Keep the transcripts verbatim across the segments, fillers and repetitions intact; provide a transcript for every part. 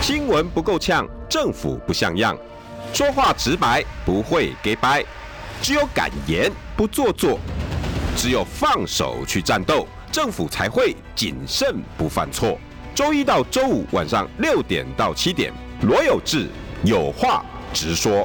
新闻不够呛，政府不像样，说话直白，不会给掰，只有敢言不做作，只有放手去战斗，政府才会谨慎不犯错。周一到周五晚上六点到七点，罗有志有话直说。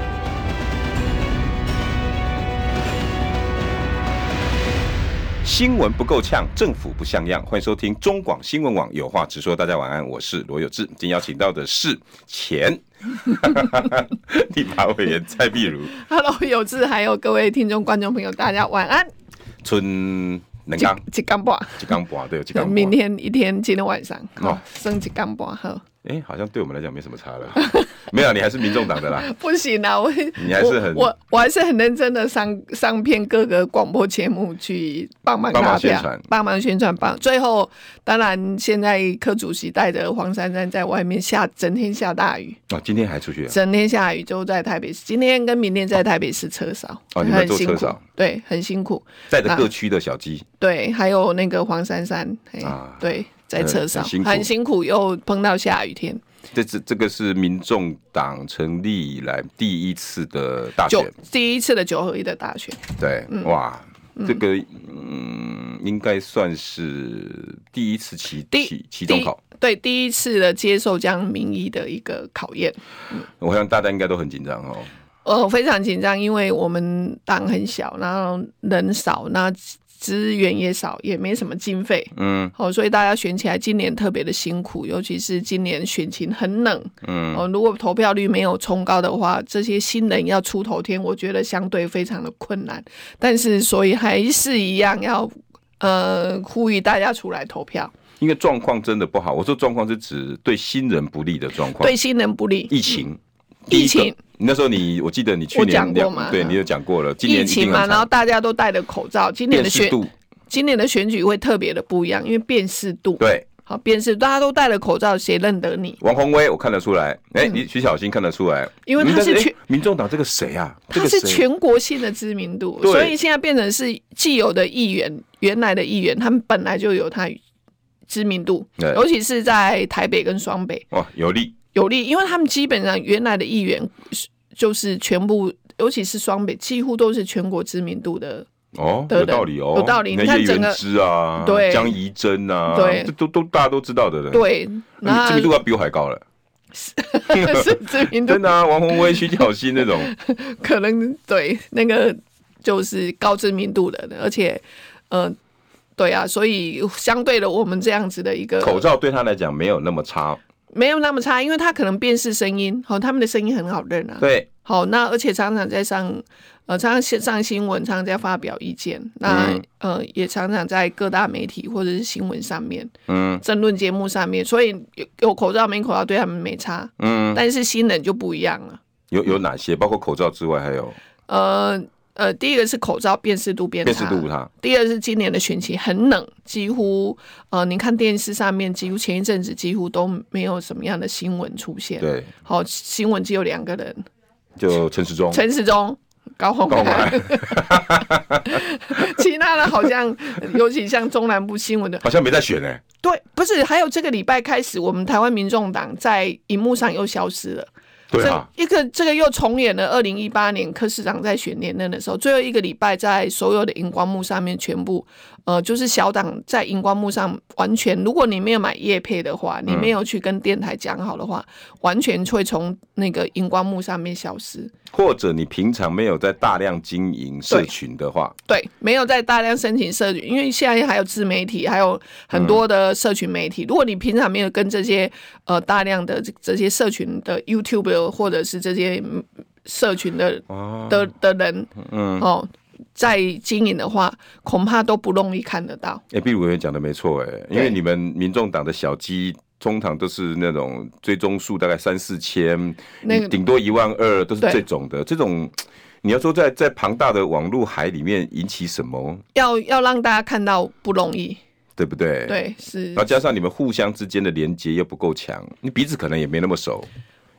新闻不够呛，政府不像样。欢迎收听中广新闻网有话直说。大家晚安，我是罗有志。今天邀请到的是前立法委员蔡壁如。 Hello， 有志，还有各位听众、观众朋友，大家晚安。 春两天， 一天半， 一天半，对，一天半。 明天一天，今天晚上，哦，剩一天半好。 哎、欸，好像对我们来讲没什么差了。没有，你还是民众党的啦。 不行啊，我你还是很我 我, 我还是很认真的上上片各个广播节目去帮忙拉票，帮忙宣传，帮最后当然现在柯主席带着黄珊珊在外面下整天下大雨哦，今天还出去、啊， 整天下雨，就在台北市，今天跟明天在台北市车少哦，你们做车少， 对，很辛苦， 带着各区的小鸡， 对，还有那个黄珊珊啊，对，在车上、嗯、很辛苦，又碰到下雨天。 这这个是民众党成立以来第一次的大选， 第一次的九合一的大选。 对，嗯、哇，这个嗯，应该算是第一次期期期中考， 对，第一次的接受这样民意的一个考验。 嗯、我想大家应该都很紧张哦。 呃，非常紧张，因为我们党很小，然后人少，那资源也少，也没什么经费，嗯，哦，所以大家选起来今年特别的辛苦，尤其是今年选情很冷，嗯，哦，如果投票率没有冲高的话，这些新人要出头天，我觉得相对非常的困难。但是，所以还是一样要呃呼吁大家出来投票， 因为状况真的不好。我说状况是指对新人不利的状况， 对新人不利， 疫情。 疫情， 那时候你，我记得你去年讲过嘛？ 对，你有讲过了。今年疫情嘛，然后大家都戴着口罩。今年的选，今年的选举会特别的不一样，因为辨识度。 对， 好辨识，大家都戴了口罩，谁认得你？ 王宏威，我看得出来。哎、欸，你徐小新看得出来， 因为他是全、欸、 民众党这个谁啊？ 他是全国性的知名度，所以现在变成是既有的议员，原来的议员，他们本来就有他知名度，尤其是在台北跟双北， 哇，有利。 有利，因为他们基本上原来的议员就是全部，尤其是双北，几乎都是全国知名度的哦，有道理哦， 有道理。你看整个之啊， 对， 江宜珍啊， 对， 这都都大家都知道的人， 对， 那知名度要比我还高了， 是知名度真的啊，王宏威、徐小新那种， 可能对那个就是高知名度的，而且呃。对啊，所以相对的，我们这样子的一个口罩对他来讲没有那么差。 没有那么差，因为他可能辨识声音，好，他们的声音很好认啊。 对， 好，那而且常常在上，呃，常常上新闻，常常在发表意见，那、嗯、呃，也常常在各大媒体或者是新闻上面，嗯，政论节目上面，所以有有口罩没口罩对他们没差，嗯，但是新人就不一样了。 有有哪些？包括口罩之外，还有呃。呃，第一个是口罩辨识度变差， 辨识度差。 第二是今年的选情很冷，几乎呃，您看电视上面，几乎前一阵子几乎都没有什么样的新闻出现。 对， 好，新闻只有两个人， 就陈时中、 陈时中、高虹安，其他的好像，尤其像中南部新闻的， 好像没在选哎、欸。 对，不是，还有这个礼拜开始，我们台湾民众党在荧幕上又消失了。 对啊， 一个这个又重演了二零一八年柯市长在选连任的时候，最后一个礼拜在所有的荧光幕上面全部，呃，就是小党在荧光幕上完全，如果你没有买业配的话，你没有去跟电台讲好的话，嗯、完全会从那个荧光幕上面消失。 或者你平常没有在大量经营社群的话， 对，对，没有在大量申请社群，因为现在还有自媒体，还有很多的社群媒体。嗯、如果你平常没有跟这些呃大量的这些社群的 YouTube 或者是这些社群的、哦、的的人，嗯哦，在经营的话，恐怕都不容易看得到。 哎、欸，壁如委员讲的没错，哎，因为你们民众党的小鸡。通常都是那种追踪数大概三四千，那个顶多一万二，都是这种的。这种你要说在在庞大的网络海里面引起什么， 要要让大家看到不容易， 对不对？ 对，是。 然后加上你们互相之间的连接又不够强，你彼此可能也没那么熟，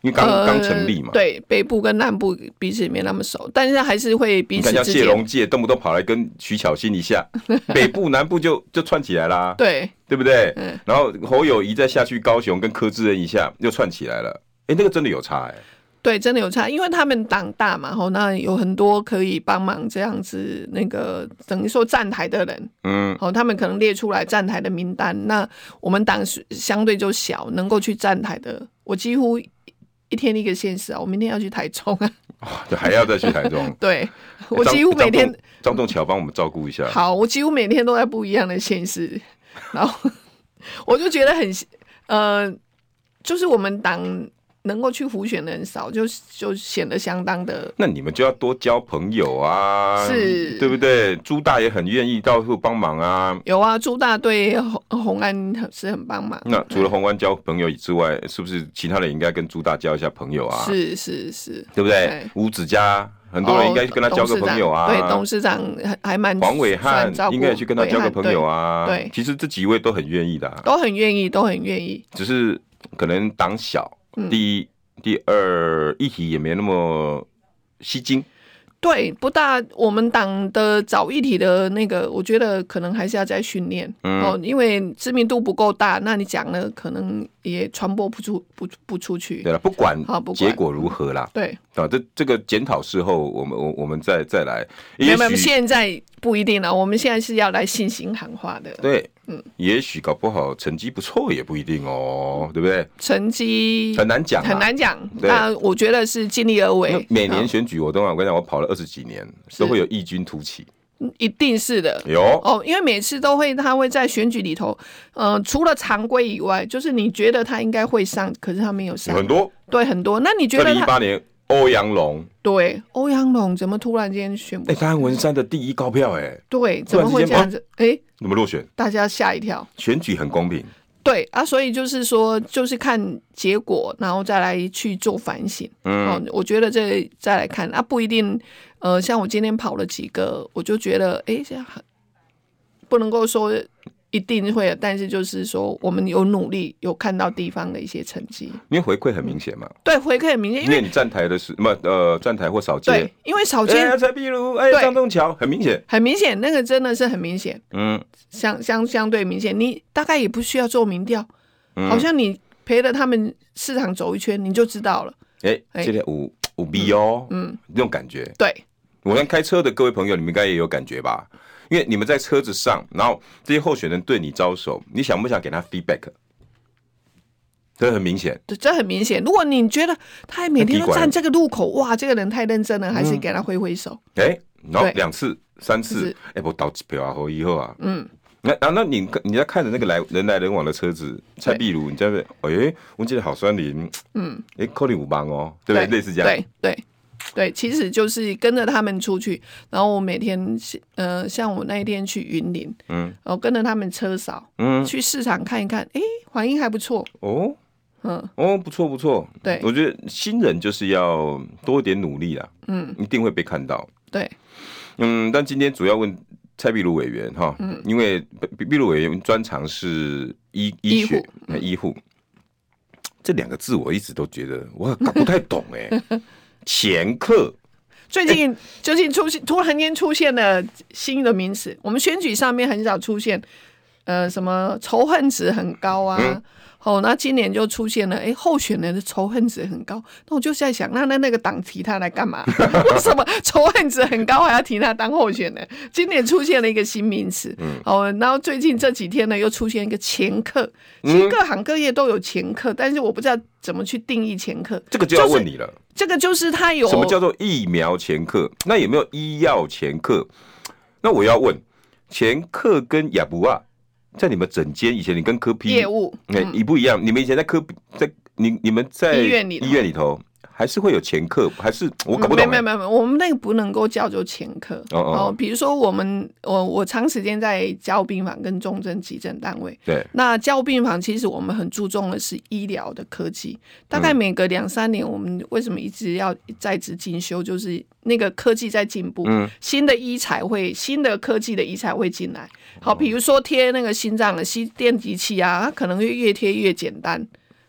因为刚刚、呃、成立嘛。 对，北部跟南部彼此没那么熟，但是还是会彼此之间。 你看像谢龙介动不动跑来跟徐巧芯一下，北部南部就就串起来啦。 对， 对不对？嗯。然后侯友宜再下去高雄跟柯志恩一下，又串起来了。哎，那个真的有差哎、欸。 对，真的有差，因为他们党大嘛，吼，那有很多可以帮忙这样子，那个等于说站台的人，嗯，好，他们可能列出来站台的名单，那我们党相对就小，能够去站台的，我几乎一天一个县市啊，我明天要去台中啊， 哦、还要再去台中， 对，我几乎每天张仲桥帮我们照顾一下， 好，我几乎每天都在不一样的县市，然后我就觉得很，呃，就是我们党。能够去辅选的人少，就就显得相当的。 那你们就要多交朋友啊，是，对不对？朱大也很愿意到处帮忙啊。 有啊，朱大对洪安是很帮忙。 那除了洪安交朋友之外，是不是其他人应该跟朱大交一下朋友啊？ 是是是， 对不对？吴子嘉很多人应该去跟他交个朋友啊。 哦、对，董事长还蛮黄伟汉应该去跟他交个朋友啊。 对，对其实这几位都很愿意的、啊， 都很愿意，都很愿意。 只是可能党小。第一、第二，议题也没那么吸睛。 对，不大。我们党的找议题的那个，我觉得可能还是要再训练、嗯、哦，因为知名度不够大，那你讲了可能也传播不出不不出去。 对了，不管结果如何啦， 对啊，这这个检讨事后，我们我我们再再来。 没有没有，现在不一定了，我们现在是要来信心喊话的。 对。嗯，也许搞不好成绩不错也不一定哦，对不对？ 成绩很难讲、啊， 很难讲。那我觉得是尽力而为。 每年选举我都我跟你讲，我跑了二十几年，都会有异军突起， 一定是的。 有哦，因为每次都会，他会在选举里头，呃，除了常规以外，就是你觉得他应该会上，可是他没有上， 很多， 对，很多。那你觉得他？二零一八年欧阳龙， 对，欧阳龙怎么突然间宣布？ 哎、欸，他文山的第一高票、欸，哎， 对，怎么会这样子？哎、欸， 怎么落选？ 大家吓一跳。 选举很公平， 对啊，所以就是说，就是看结果，然后再来去做反省。嗯，哦、我觉得这再来看啊，不一定。呃，像我今天跑了几个，我就觉得，哎、欸，这样不能够说。一定会，但是就是说，我们有努力，有看到地方的一些成绩， 因为回馈很明显嘛。 对，回馈很明显， 因为你站台的是，不呃，站台或扫街， 对，因为扫街， 哎，蔡壁如，哎，张仲桥，很明显， 很明显，那个真的是很明显，嗯，相相相对明显，你大概也不需要做民调，嗯、好像你陪着他们市场走一圈，你就知道了。哎、 欸，这个有有味哦，嗯，那种感觉。 对， 我看开车的各位朋友，你们应该也有感觉吧？因为你们在车子上，然后这些候选人对你招手，你想不想给他 feedback？ 这很明显， 这很明显。如果你觉得他每天都站这个路口，哇，这个人太认真了，还是给他挥挥手。 哎、欸，然后两次、三次，哎，我倒几票啊，后以后啊，嗯，那那那你你在看着那个来人来人往的车子，蔡壁如，你在那，哎、欸，我记得好酸林，嗯，哎、欸，扣你五磅哦，对不对？类似这样， 对对。对，其实就是跟着他们出去，然后我每天，呃，像我那一天去云林，嗯，然后跟着他们车扫，嗯，去市场看一看，哎，反应还不错， 哦，嗯，哦，不错不错， 对， 我觉得新人就是要多一点努力啦，嗯，一定会被看到， 对， 嗯，但今天主要问蔡壁如委员哈，嗯，因为壁如委员专长是医医学医护，这两个字我一直都觉得我搞不太懂哎、欸。前客最近最近出现突然间出现了新的名词，我们选举上面很少出现，呃，什么仇恨值很高啊，嗯、哦，那今年就出现了，哎，候选人的仇恨值很高，那我就在想，那那那个党提他来干嘛？为什么仇恨值很高还要提他当候选人？今年出现了一个新名词，嗯，哦，然后最近这几天呢，又出现一个前客，其实各行各业都有前客，但是我不知道怎么去定义前客， 这个就要问你了。就是这个就是他有什么叫做疫苗前客？那有没有医药前客？那我要问，前客跟亚布啊，在你们整间以前你跟科 P 业务， 嗯，一不一样？你们以前在科在你你们在医院里医院里头。还是会有前客，还是我搞不懂、欸？ 没有没有没有，我们那个不能够叫做前客哦哦。哦，比如说我们我我长时间在加护病房跟重症急诊单位， 对， 那加护病房其实我们很注重的是医疗的科技，大概每隔两三年，我们为什么一直要在职进修？就是那个科技在进步，嗯，新的医材会新的科技的医材会进来。好，比如说贴那个心脏的心电极器啊，它可能会越贴越简单。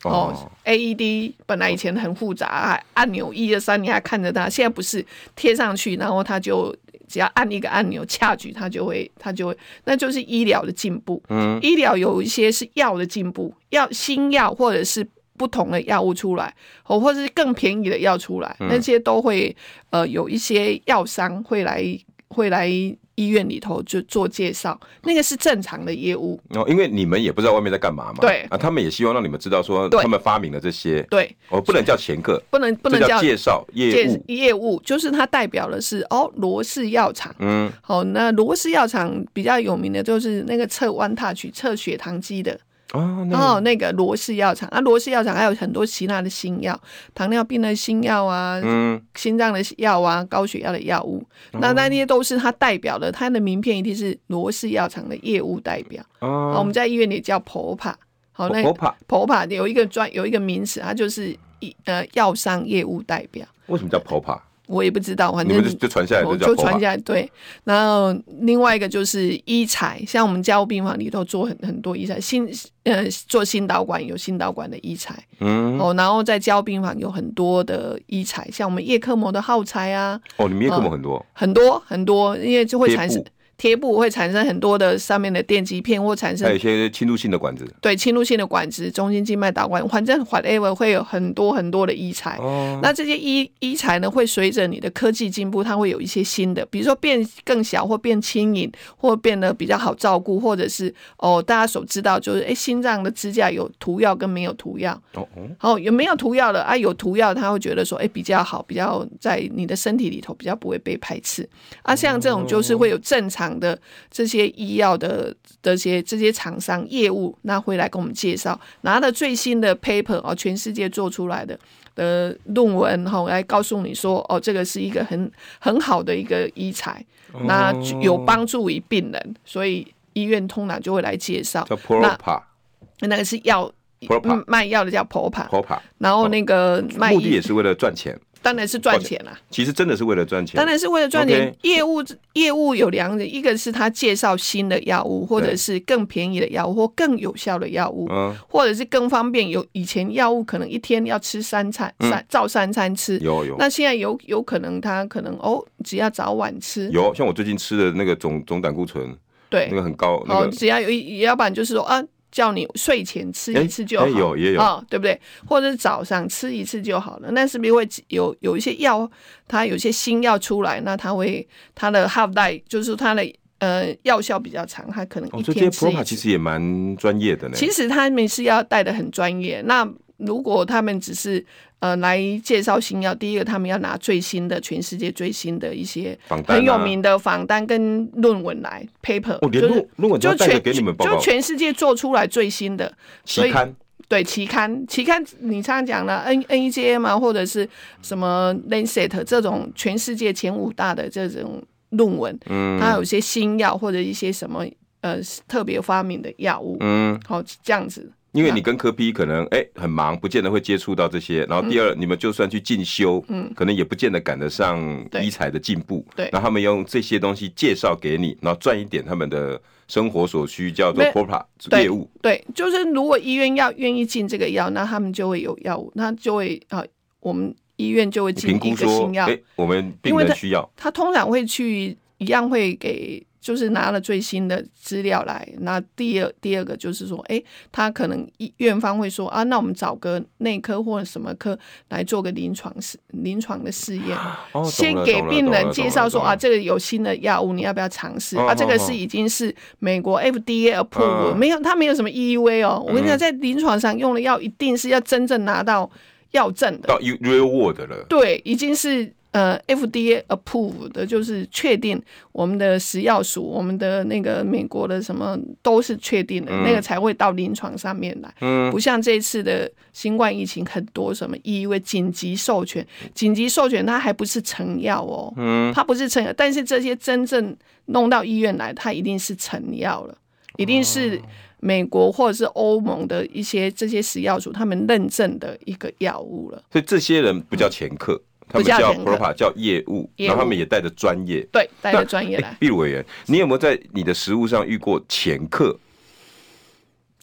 哦, 哦 ，A E D 本来以前很复杂，按钮一二三你还看着它，现在不是贴上去，然后它就只要按一个按钮掐举，它就会它就会，那就是医疗的进步。嗯，医疗有一些是药的进步，药新药或者是不同的药物出来，哦，或者是更便宜的药出来，嗯、那些都会呃有一些药商会来会来。医院里头就做介绍，那个是正常的业务哦，因为你们也不知道外面在干嘛嘛， 对啊，他们也希望让你们知道说他们发明了这些， 对， 哦，不能叫掮客， 不能不能叫介绍业务， 业务就是它代表的是哦罗氏药厂，嗯，好、哦，那罗氏药厂比较有名的就是那个测 One Touch 测血糖机的。哦，那, 哦那个罗氏药厂啊，罗氏药厂还有很多其他的新药，糖尿病的新药啊，嗯，心脏的药啊，高血压的药物，哦、那那些都是它代表的，它的名片一定是罗氏药厂的业务代表。哦，我们在医院里叫 P O P A， 好，那 P O P A 有一个专有一个名词，它就是呃药商业务代表。 为什么叫 P O P A？ 我也不知道，反正就传下来就叫就传下来，对。然后另外一个就是医材，像我们加护病房里头做很很多医材，心呃做心导管有心导管的医材，嗯，哦，然后在加护病房有很多的医材，像我们叶克膜的耗材啊， 哦，你们叶克膜很多、呃、 很多很多，因为就会产生。贴布会产生很多的上面的电极片，或产生还有一些侵入性的管子， 对，侵入性的管子、中心静脉导管，反正 whatever 会有很多很多的医材。哦，那这些医医材呢，会随着你的科技进步，它会有一些新的，比如说变更小，或变轻盈，或变得比较好照顾，或者是哦，大家所知道就是，哎，心脏的支架有涂药跟没有涂药。哦哦，有没有涂药的啊？有涂药，他会觉得说，哎，比较好，比较在你的身体里头比较不会被排斥。啊，像这种就是会有正常的这些医药的这些这些厂商业务，那会来跟我们介绍，拿了最新的 paper 哦，全世界做出来的的论文哈、哦，来告訴你说哦，这个是一个很很好的一个医材，哦、那有帮助于病人，所以医院通常就会来介绍。 叫 P O P A， 那, 那个是药卖药的叫 P O P A， P O P A， 然后那个卖目的也是为了赚钱。 当然是赚钱啦、啊， 其实真的是为了赚钱。 当然是为了赚钱。Okay. 业务业务有两种，一个是他介绍新的药物，或者是更便宜的药物，或更有效的药物，嗯、或者是更方便。有以前药物可能一天要吃三餐，嗯、三照三餐吃。 有有。 那现在有有可能他可能哦，只要早晚吃。 有，像我最近吃的那个总总胆固醇， 对， 那个很高。那个、 哦，只要有一，要不然就是说啊。叫你睡前吃一次就好，欸欸、 有也有、 哦，对不对？或者是早上吃一次就好了。那是不是会有有一些药，它有些新药出来，那它会它的 half life 就是它的呃药效比较长，它可能一天吃一次。哦，这些 P O P A 其实也蛮专业的呢。 其实他们是要带的很专业。那如果他们只是呃来介绍新药，第一个他们要拿最新的全世界最新的一些很有名的访单跟论文来 paper， 哦，连论论文都带着给你们报告， 就全世界做出来最新的期刊。 对，期刊期刊你常常讲了 N N E J M 啊，或者是什么 Lancet 这种全世界前五大的这种论文，嗯，它有一些新药或者一些什么呃特别发明的药物，嗯，好这样子。 因为你跟科 P 可能哎、欸、很忙，不见得会接触到这些。然后第二，嗯、你们就算去进修，嗯，可能也不见得赶得上医材的进步。对，然后他们用这些东西介绍给你，然后赚一点他们的生活所需，叫做 P O P A 业务。 对，就是如果医院要愿意进这个药，那他们就会有药物，那就会啊，我们医院就会进一个新药。 哎，我们病人需要， 他通常会去一样会给。就是拿了最新的资料来，那第二第二个就是说，哎，他可能院方会说啊，那我们找个内科或者什么科来做个临床试临床的试验， 哦、 先给病人介绍说啊，这个有新的药物，你要不要尝试、哦、啊？这个是已经是美国 F D A approve，、嗯、没有，它没有什么 E U A 哦。我跟你讲，在临床上用的药一定是要真正拿到药证的， 到 real world 了。 对，已经是。呃 ，F D A approve 的就是确定我们的食药署、我们的那个美国的什么都是确定的，嗯、那个才会到临床上面来。嗯，不像这一次的新冠疫情，很多什么因为紧急授权，紧急授权它还不是成药哦，嗯，它不是成药，但是这些真正弄到医院来，它一定是成药了，一定是美国或者是欧盟的一些这些食药署他们认证的一个药物了。 所以这些人不叫掮客。嗯，他们叫 P O P A， 叫业务，然后他们也带着专业， 对，带着专业来。 秘鲁委员，你有没有在你的实务上遇过掮客？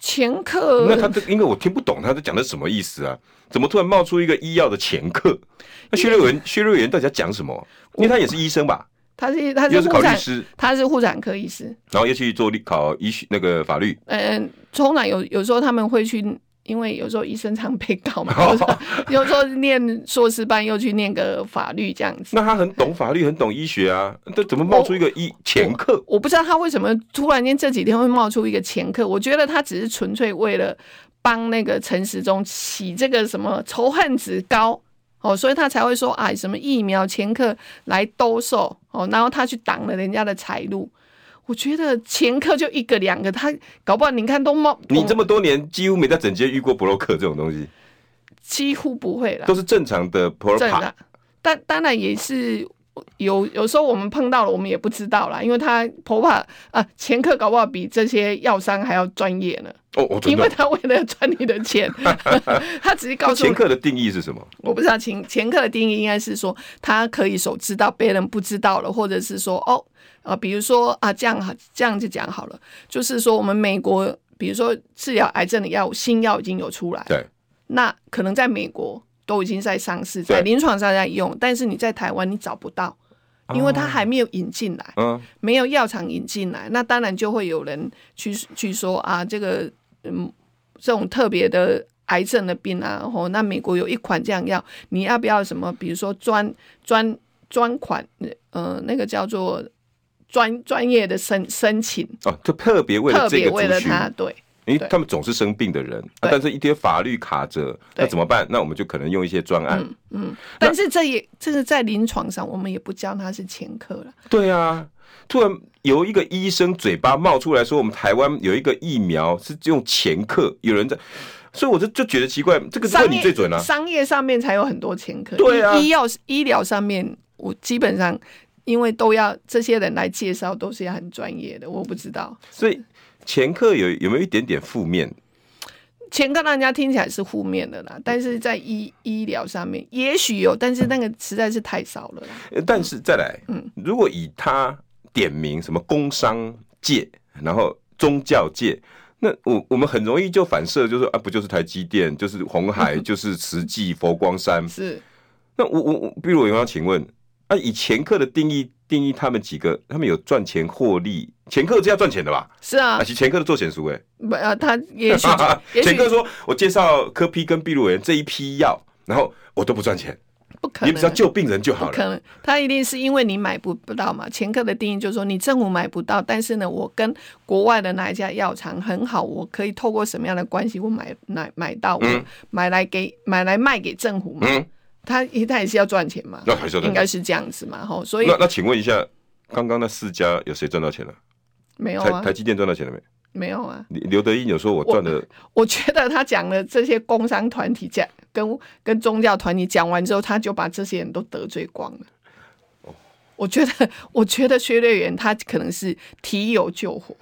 掮客， 那他这因为我听不懂他在讲的什么意思啊？怎么突然冒出一个医药的掮客？那薛瑞元，薛瑞元到底在讲什么？因为他也是医生吧？ 他是他是又是考律师， 他是妇产科医师， 然后又去做考医学那个法律。 嗯，通常有有时候他们会去。因为有时候医生常被告嘛，有时候念硕士班又去念个法律这样子。 那他很懂法律，很懂医学啊，这怎么冒出一个医掮客？ 我不知道他为什么突然间这几天会冒出一个掮客。我觉得他只是纯粹为了帮那个陈时中起这个什么仇恨值高哦，所以他才会说啊什么疫苗掮客来兜售哦，然后他去挡了人家的财路。我觉得掮客就一个两个，他搞不好你看都冒。 你这么多年几乎没在整街遇过布洛克这种东西， 几乎不会啦， 都是正常的普罗帕。 但当然也是有有时候我们碰到了，我们也不知道啦，因为他普罗帕啊，掮客搞不好比这些药商还要专业呢。 哦，哦因为他为了赚你的钱，他只是告诉掮客的定义是什么？ 我不知道掮掮客的定义应该是说，他可以手知道，别人不知道了，或者是说哦。呃，比如说啊，这样这样就讲好了，就是说我们美国，比如说治疗癌症的药物，新药已经有出来， 对， 那可能在美国都已经在上市，在临床上在用，但是你在台湾你找不到，因为它还没有引进来，嗯、哦，没有药厂引进来，那当然就会有人去去说啊，这个嗯，这种特别的癌症的病啊，哦，那美国有一款这样药，你要不要什么？比如说专专专款，呃，那个叫做。专专业的申申请哦，就特别为了这个族群，特别为了他，对， 因为他们总是生病的人，啊、但是一堆法律卡着，那怎么办？那我们就可能用一些专案， 嗯嗯，但是这也这是在临床上，我们也不叫他是掮客了。 对啊，突然有一个医生嘴巴冒出来说，我们台湾有一个疫苗是用掮客，有人在。所以我就就觉得奇怪，这个问你最准啊。 商业上面才有很多掮客， 对啊， 医药医疗上面，我基本上。因为都要这些人来介绍，都是要很专业的，我不知道。 所以掮客有有没有一点点负面？ 掮客让人家听起来是负面的啦，但是在医医疗上面也许有，但是那个实在是太少了啦。 但是再来，嗯，如果以他点名什么工商界，然后宗教界，那我我们很容易就反射，就是啊，不就是台积电，就是鸿海，就是慈济、佛光山， 是。 那我我我，比如我要请问。啊、以掮客的定义定义他们几个，他们有赚钱获利，掮客是要赚钱的吧？ 是啊， 啊，掮客的做钱书哎， 不啊，他也许掮客说，我介绍柯 P 跟碧螺元这一批药，然后我都不赚钱， 不可能， 你只要救病人就好了。 不可能，他一定是因为你买不不到嘛。掮客的定义就是说，你政府买不到，但是呢，我跟国外的哪一家药厂很好，我可以透过什么样的关系，我买买买到，我、嗯、买来给买来卖给政府嘛。嗯他他也是要赚钱嘛，应该是这样子嘛，吼，所以那那请问一下，刚刚那四家有谁赚到钱了？ 没有啊， 台台积电赚到钱了没？ 没有啊。 刘德音有说我赚的， 我觉得他讲了这些工商团体讲跟跟宗教团体讲完之后，他就把这些人都得罪光了。哦、我觉得我觉得薛瑞元他可能是提油救火。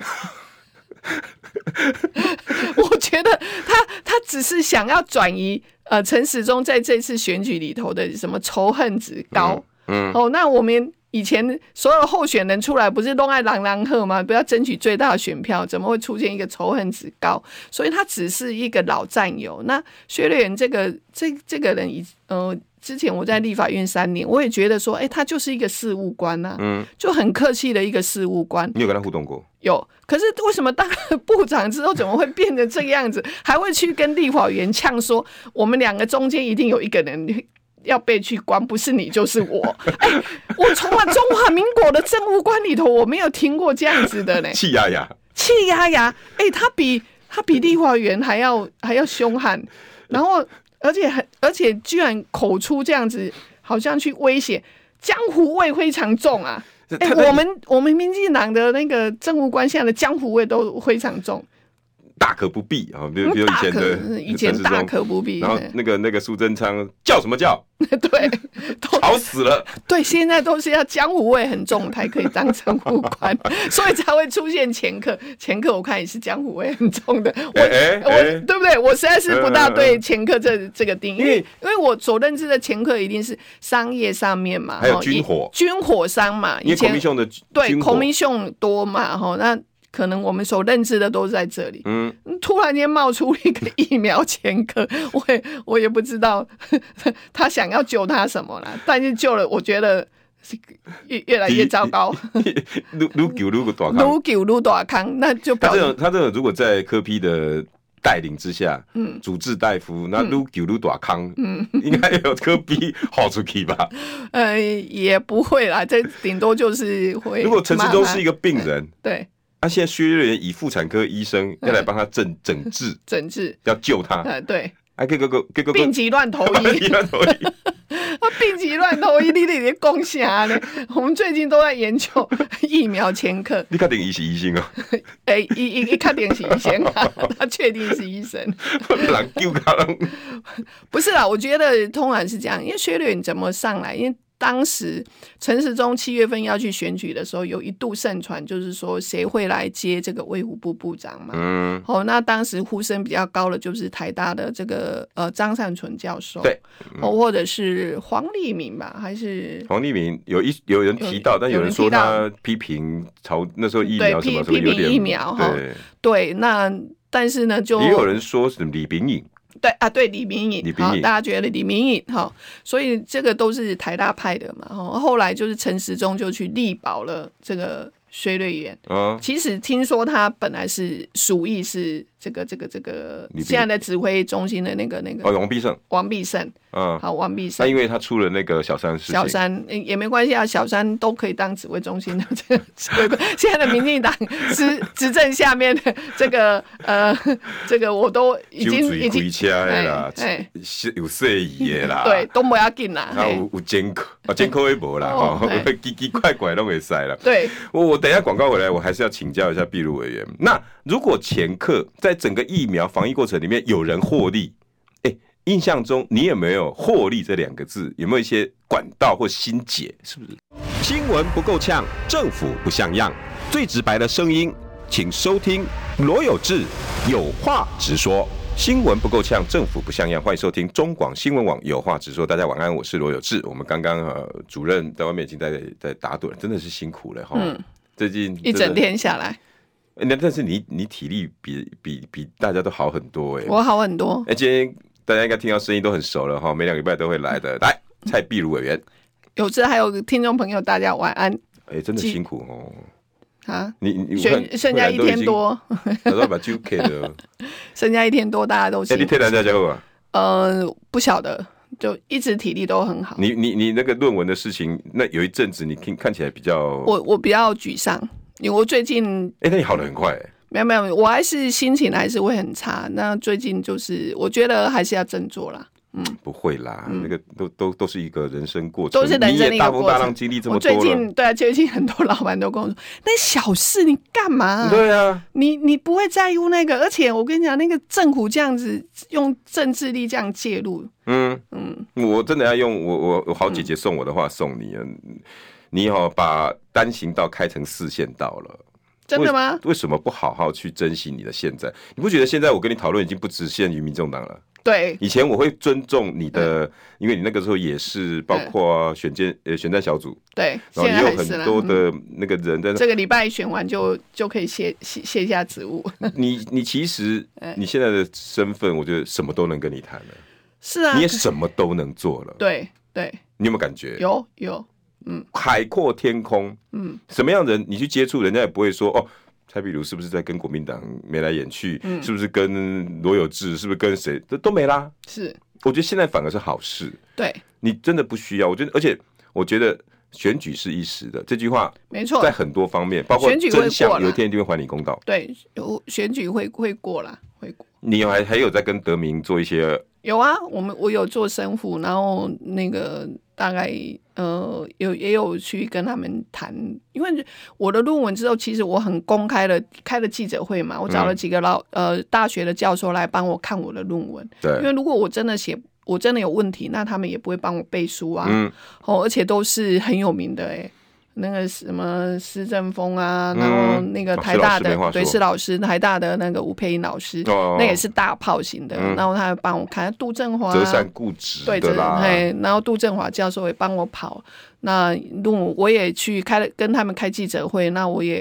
我觉得他他只是想要转移呃陈时中在这次选举里头的什么仇恨值高，嗯，嗯哦，那我们以前所有候选人出来不是都爱朗朗喝吗？不要争取最大的选票，怎么会出现一个仇恨值高？所以他只是一个老战友。那薛瑞元这个这这个人以呃。之前我在立法院三年，我也觉得说，哎、欸，他就是一个事务官啊，嗯，就很客气的一个事务官。 你有跟他互动过？ 有，可是为什么当了部长之后，怎么会变成这个样子？还会去跟立法院呛说，我们两个中间一定有一个人要被去关，不是你就是我。哎、欸，我从来中华民国的政务官里头，我没有听过这样子的呢。 气压压， 气压压，哎、欸，他比他比立法院还要还要凶悍，然后。而且很，而且居然口出这样子，好像去威胁，江湖味非常重啊！哎、欸，我们我们民进党的那个政务官现在的江湖味都非常重。 大可不必啊，比如比如以前的以前大可不必， 然后那个那个苏贞昌叫什么叫？ 对， 吵死了。 对，现在都是要江湖味很重才可以当政务官，所以才会出现掮客。掮客我看也是江湖味很重的，我、欸欸、我对不对？我实在是不大对掮客这这个定义，因为因为我所认知的掮客一定是商业上面嘛， 还有军火军火商嘛，以前孔明兄的对孔明兄多嘛，哈那。 可能我们所认知的都是在这里，嗯，突然间冒出一个疫苗前科，我也我也不知道他想要救他什么啦，但是救了，我觉得越越来越糟糕， 愈愈救愈大康，愈救愈大康，那就表他这种他这种如果在柯 P 的带领之下，嗯，主治大夫，那愈救愈大康，嗯，应该有柯 P 好出去吧？ 呃，也不会啦，这顶多就是会。 如果陈时中是一个病人， 对。 他、啊、现在薛瑞元以妇产科医生要来帮他整整治， 整治要救他。 呃、对， 啊，个个个个个病急乱投医， 病急乱投医。 他病急乱投医，你得得攻下呢。我们最近都在研究疫苗前科。 你确定他是医生哦？ 哎、欸，一一一确定是医生啊，他确定是医生。 人救他人。 不是啦，我觉得通常是这样，因为薛瑞元怎么上来？因为当时陈时中七月份要去选举的时候，有一度盛传，就是说谁会来接这个卫福部部长嘛？嗯，哦，那当时呼声比较高的就是台大的这个呃张善存教授， 对， 嗯、哦，或者是黄立明吧，还是黄立明有一有人提到，但有人说他批评朝那时候疫苗什么什么有点疫苗哈，对对，那但是呢，就也有人说是李秉颖。 对啊，对李秉颖，好，大家觉得李秉颖哈，所以这个都是台大派的嘛。后来就是陈时中就去力保了这个薛瑞元。嗯，其实听说他本来是属意是这个这个这个现在的指挥中心的那个那个哦，王必胜， 王必胜，嗯，好，王必胜。 那因为他出了那个小三事情， 小三也没关系啊，小三都可以当指挥中心的这个指挥官。现在的民进党执执政下面的这个呃，这个我都已经已经开啦，有事宜的啦， 对，都不要紧啦。 然后有有监控啊，监控也无啦，哈，奇奇怪怪都没塞了。 对， 我我等一下广告回来，我还是要请教一下筚路委员。那如果前客在整个疫苗防疫过程里面有人获利，哎，印象中你有没有获利这两个字？有没有一些管道或心结？是不是？ 新闻不够呛，政府不像样，最直白的声音，请收听罗有志有话直说。 新闻不够呛，政府不像样，欢迎收听中广新闻网有话直说。大家晚安，我是罗有志。我们刚刚呃主任在外面已经在在打盹，真的是辛苦了哈。嗯，最近一整天下来。 那但是你你体力比比比大家都好很多哎、欸， 我好很多。 哎、欸，今天大家应该听到声音都很熟了哈，每两个礼拜都会来的。来，蔡筚路委员， 有志还有听众朋友，大家晚安。 哎、欸，真的辛苦哦。 啊， 你你剩剩下一天多， 我都把酒给了。 剩下一天多，大家都辛苦。 哎、欸，你退单家家伙啊？ 呃，不晓得，就一直体力都很好。 你你你那个论文的事情，那有一阵子你看看起来比较， 我我比较沮丧，因为我最近， 哎、欸，那你好得很快、欸。 没有没有，我还是心情还是会很差。那最近就是，我觉得还是要振作啦。嗯， 不会啦，嗯、那个都都都是一个人生过程， 都是人生的一个过程。 大风大浪经历这么多了， 我最近对啊，最近很多老板都跟我说，那小事你干嘛、啊？ 对啊， 你你不会在乎那个，而且我跟你讲，那个政府这样子用政治力这样介入，嗯嗯，我真的要用我我我好姐姐送我的话送你啊，嗯、你好、哦、把单行道开成四线道了。 真的吗？ 为什么不好好去珍惜你的现在？你不觉得现在我跟你讨论已经不只限于民众党了？ 对， 以前我会尊重你的，嗯、因为你那个时候也是包括选战呃选战小组， 对， 然后也有很多的那个人在、嗯。 这个礼拜选完就就可以卸卸卸下职务。 你你其实你现在的身份，我觉得什么都能跟你谈了。 是啊， 你也什么都能做了。 对对， 你有没有感觉？ 有有。嗯， 海阔天空。嗯，什么样的人你去接触，人家也不会说哦，蔡筚路是不是在跟国民党眉来眼去？嗯，是不是跟罗有志？是不是跟谁？都都没啦。 是， 我觉得现在反而是好事。 对， 你真的不需要。我觉得，而且我觉得选举是一时的，这句话没错， 在很多方面，包括真相，有一天一定会还你公道。 对，有选举会会过啦，会过。 你还还有在跟德明做一些？ 有啊，我们我有做生辅，然后那个大概呃有也有去跟他们谈，因为我的论文之后，其实我很公开的开了记者会嘛，我找了几个老、嗯、呃大学的教授来帮我看我的论文，对，因为如果我真的写我真的有问题，那他们也不会帮我背书啊，嗯，哦，而且都是很有名的哎、欸。那个什么施正峰啊，然后那个台大的、嗯、对施老师，台大的那个吴佩英老师，哦、那也是大炮型的。嗯、然后他还帮我看杜振华， 择善固执对的啦。然后杜振华教授也帮我跑。那我也去开了跟他们开记者会，那我也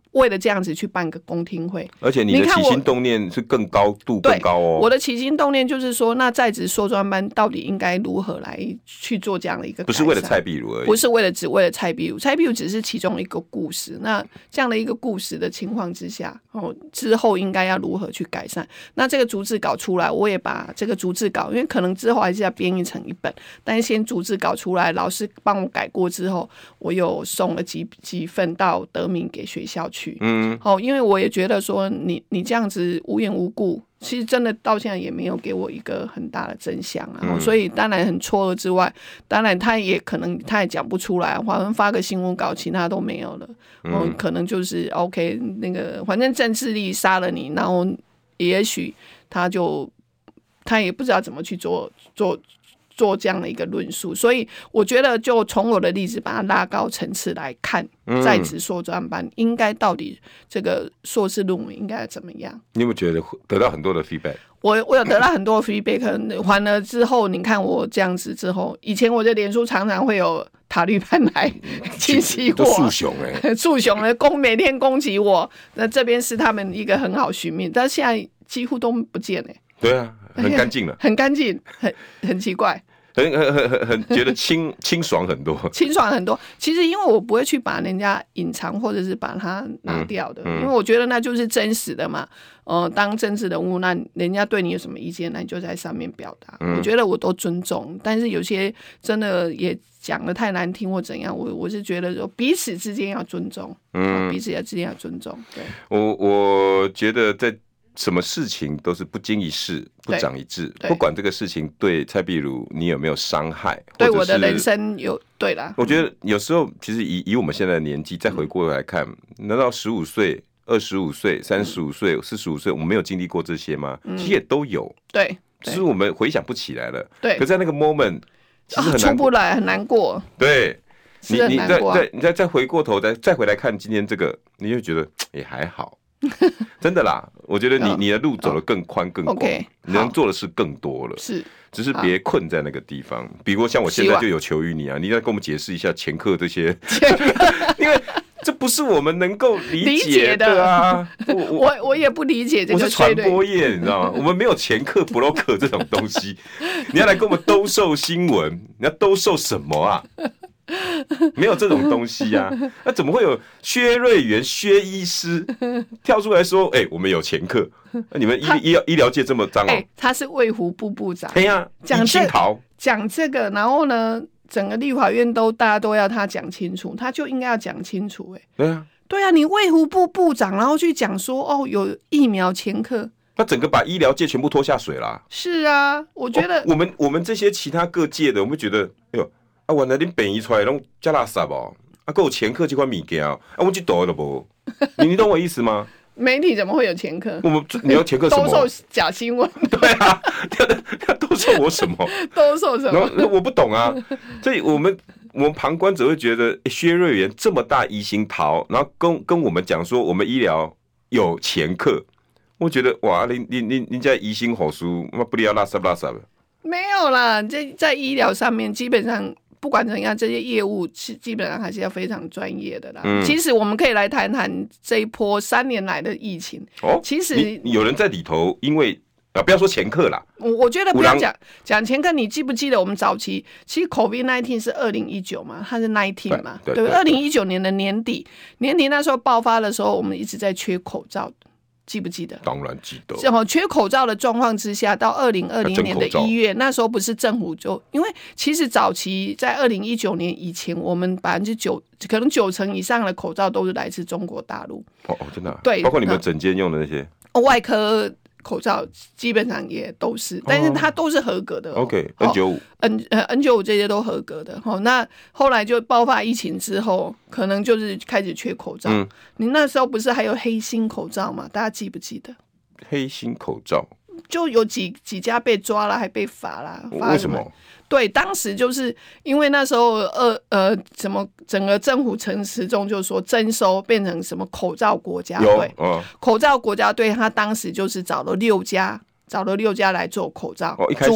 为了这样子去办个公听会， 而且你的起心动念是更高度更高哦。 我的起心动念就是说，那在职硕专班到底应该如何来去做这样的一个改善？ 不是为了蔡壁如而已， 不是为了只为了蔡壁如，蔡壁如只是其中一个故事。那这样的一个故事的情况之下，哦，之后应该要如何去改善？那这个逐字稿出来，我也把这个逐字稿，因为可能之后还是要编译成一本，但是先逐字稿出来，老师帮我改过之后，我有送了几几份到德明给学校去。嗯，哦，因为我也觉得说你你这样子无缘无故，其实真的到现在也没有给我一个很大的真相啊，嗯、所以当然很错愕之外，当然他也可能他也讲不出来，反正发个新闻稿，其他都没有了，嗯，哦、可能就是 OK 那个，反正政治力杀了你，然后也许他就他也不知道怎么去做做。做这样的一个论述，所以我觉得就从我的例子把它拉高层次来看，在职硕专班应该到底这个硕士论文应该怎么样？ 你有没有觉得得到很多的 feedback？ 我我有得到很多 feedback， 还了之后，你看我这样子之后，以前我的脸书常常会有塔利班来侵袭我， 树熊哎， 树熊的攻每天攻击我，那这边是他们一个很好寻觅，但现在几乎都不见哎。 对啊，很干净了， 很干净，很很奇怪。 很很很很很觉得清清爽很多， 清爽很多。其实因为我不会去把人家隐藏或者是把它拿掉的，嗯嗯、因为我觉得那就是真实的嘛。呃，当政治人物，那人家对你有什么意见，那你就在上面表达。嗯、我觉得我都尊重，但是有些真的也讲得太难听或怎样，我我是觉得说彼此之间要尊重，嗯，彼此之间要尊重。对， 我我觉得在。什么事情都是不经一事不长一智，不管这个事情对蔡壁如你有没有伤害， 对我的人生有对啦。 我觉得有时候其实以以我们现在的年纪再回过来看，嗯、难道十五岁、二十五岁、三十五岁、四十五岁，我们没有经历过这些吗？嗯、其实也都有， 对， 只是我们回想不起来了。 对， 可在那个 moment 其实很难、 哦、出不来，很难过。 对，你你再再你再再回过头再再回来看今天这个，你就觉得也还好。真的啦，我觉得你你的路走得更宽更广， okay, 你能做的事更多了。 是， 只是别困在那个地方。比如像我现在就有求于你啊，你要跟我们解释一下前课这些，因为这不是我们能够理解的啊。 我我, 我也不理解这个。 我是传播业，你知道吗？我们没有前课 broker 这种东西。你要来跟我们兜售新闻，你要兜售什么啊？没有这种东西啊，那怎么会有薛瑞元薛医师跳出来说：“哎、欸，我们有前科，你们医医医疗界这么脏哦、喔欸？” 他是卫福部部长， 对呀，讲这讲这个，然后呢，整个立法院都大家都要他讲清楚，他就应该要讲清楚、欸。哎， 对啊， 对啊，你卫福部部长，然后去讲说哦，有疫苗前科。 他整个把医疗界全部拖下水啦。 是啊，我觉得、 哦、我们我们这些其他各界的，我们觉得，哎呦。啊，原来恁便宜出来拢加垃圾哦！啊，还有前科这款物件啊，我们去倒了不？你你懂我意思吗？ 媒体怎么会有前科？ 我们你要前科什么？ 兜售假新闻。 对啊，他兜售我什么？ 兜售什么？ 我不懂啊。所以我们我们旁观者会觉得，欸、薛瑞元这么大疑心桃，然后跟跟我们讲说我们医疗有前科，我觉得哇，你你你你在疑心火书，那不要垃圾垃圾了。 没有啦，在在医疗上面基本上。不管怎样，这些业务是基本上还是要非常专业的啦。嗯、其实我们可以来谈谈这一波三年来的疫情。哦，其实有人在里头，因为啊，不要说前客啦， 我我觉得不要讲讲前客。你记不记得我们早期其实 COVID 十九 是二零一九嘛，它是十九嘛，对不对？二零一九年的年底，年底那时候爆发的时候，我们一直在缺口罩。记不记得？ 当然记得。 缺口罩的状况之下，到二零二零年的一月，那时候不是政府就因为其实早期在二零一九年以前，我们百分之九可能九成以上的口罩都是来自中国大陆。 哦哦，真的、啊。 对， 包括你们整间用的那些、 哦、外科口罩，基本上也都是，但是它都是合格的、哦。 OK，N 九五、 N 呃 N 九五这些都合格的。哦，那后来就爆发疫情之后，可能就是开始缺口罩。嗯，你那时候不是还有黑心口罩吗？大家记不记得？ 黑心口罩就有几几家被抓了，还被罚了。 为什么？ 对，当时就是因为那时候呃呃，什么整个政府陈时中就说征收变成什么口罩国家队，嗯、口罩国家队，他当时就是找了六家。找了六家来做口罩， 哦，一开始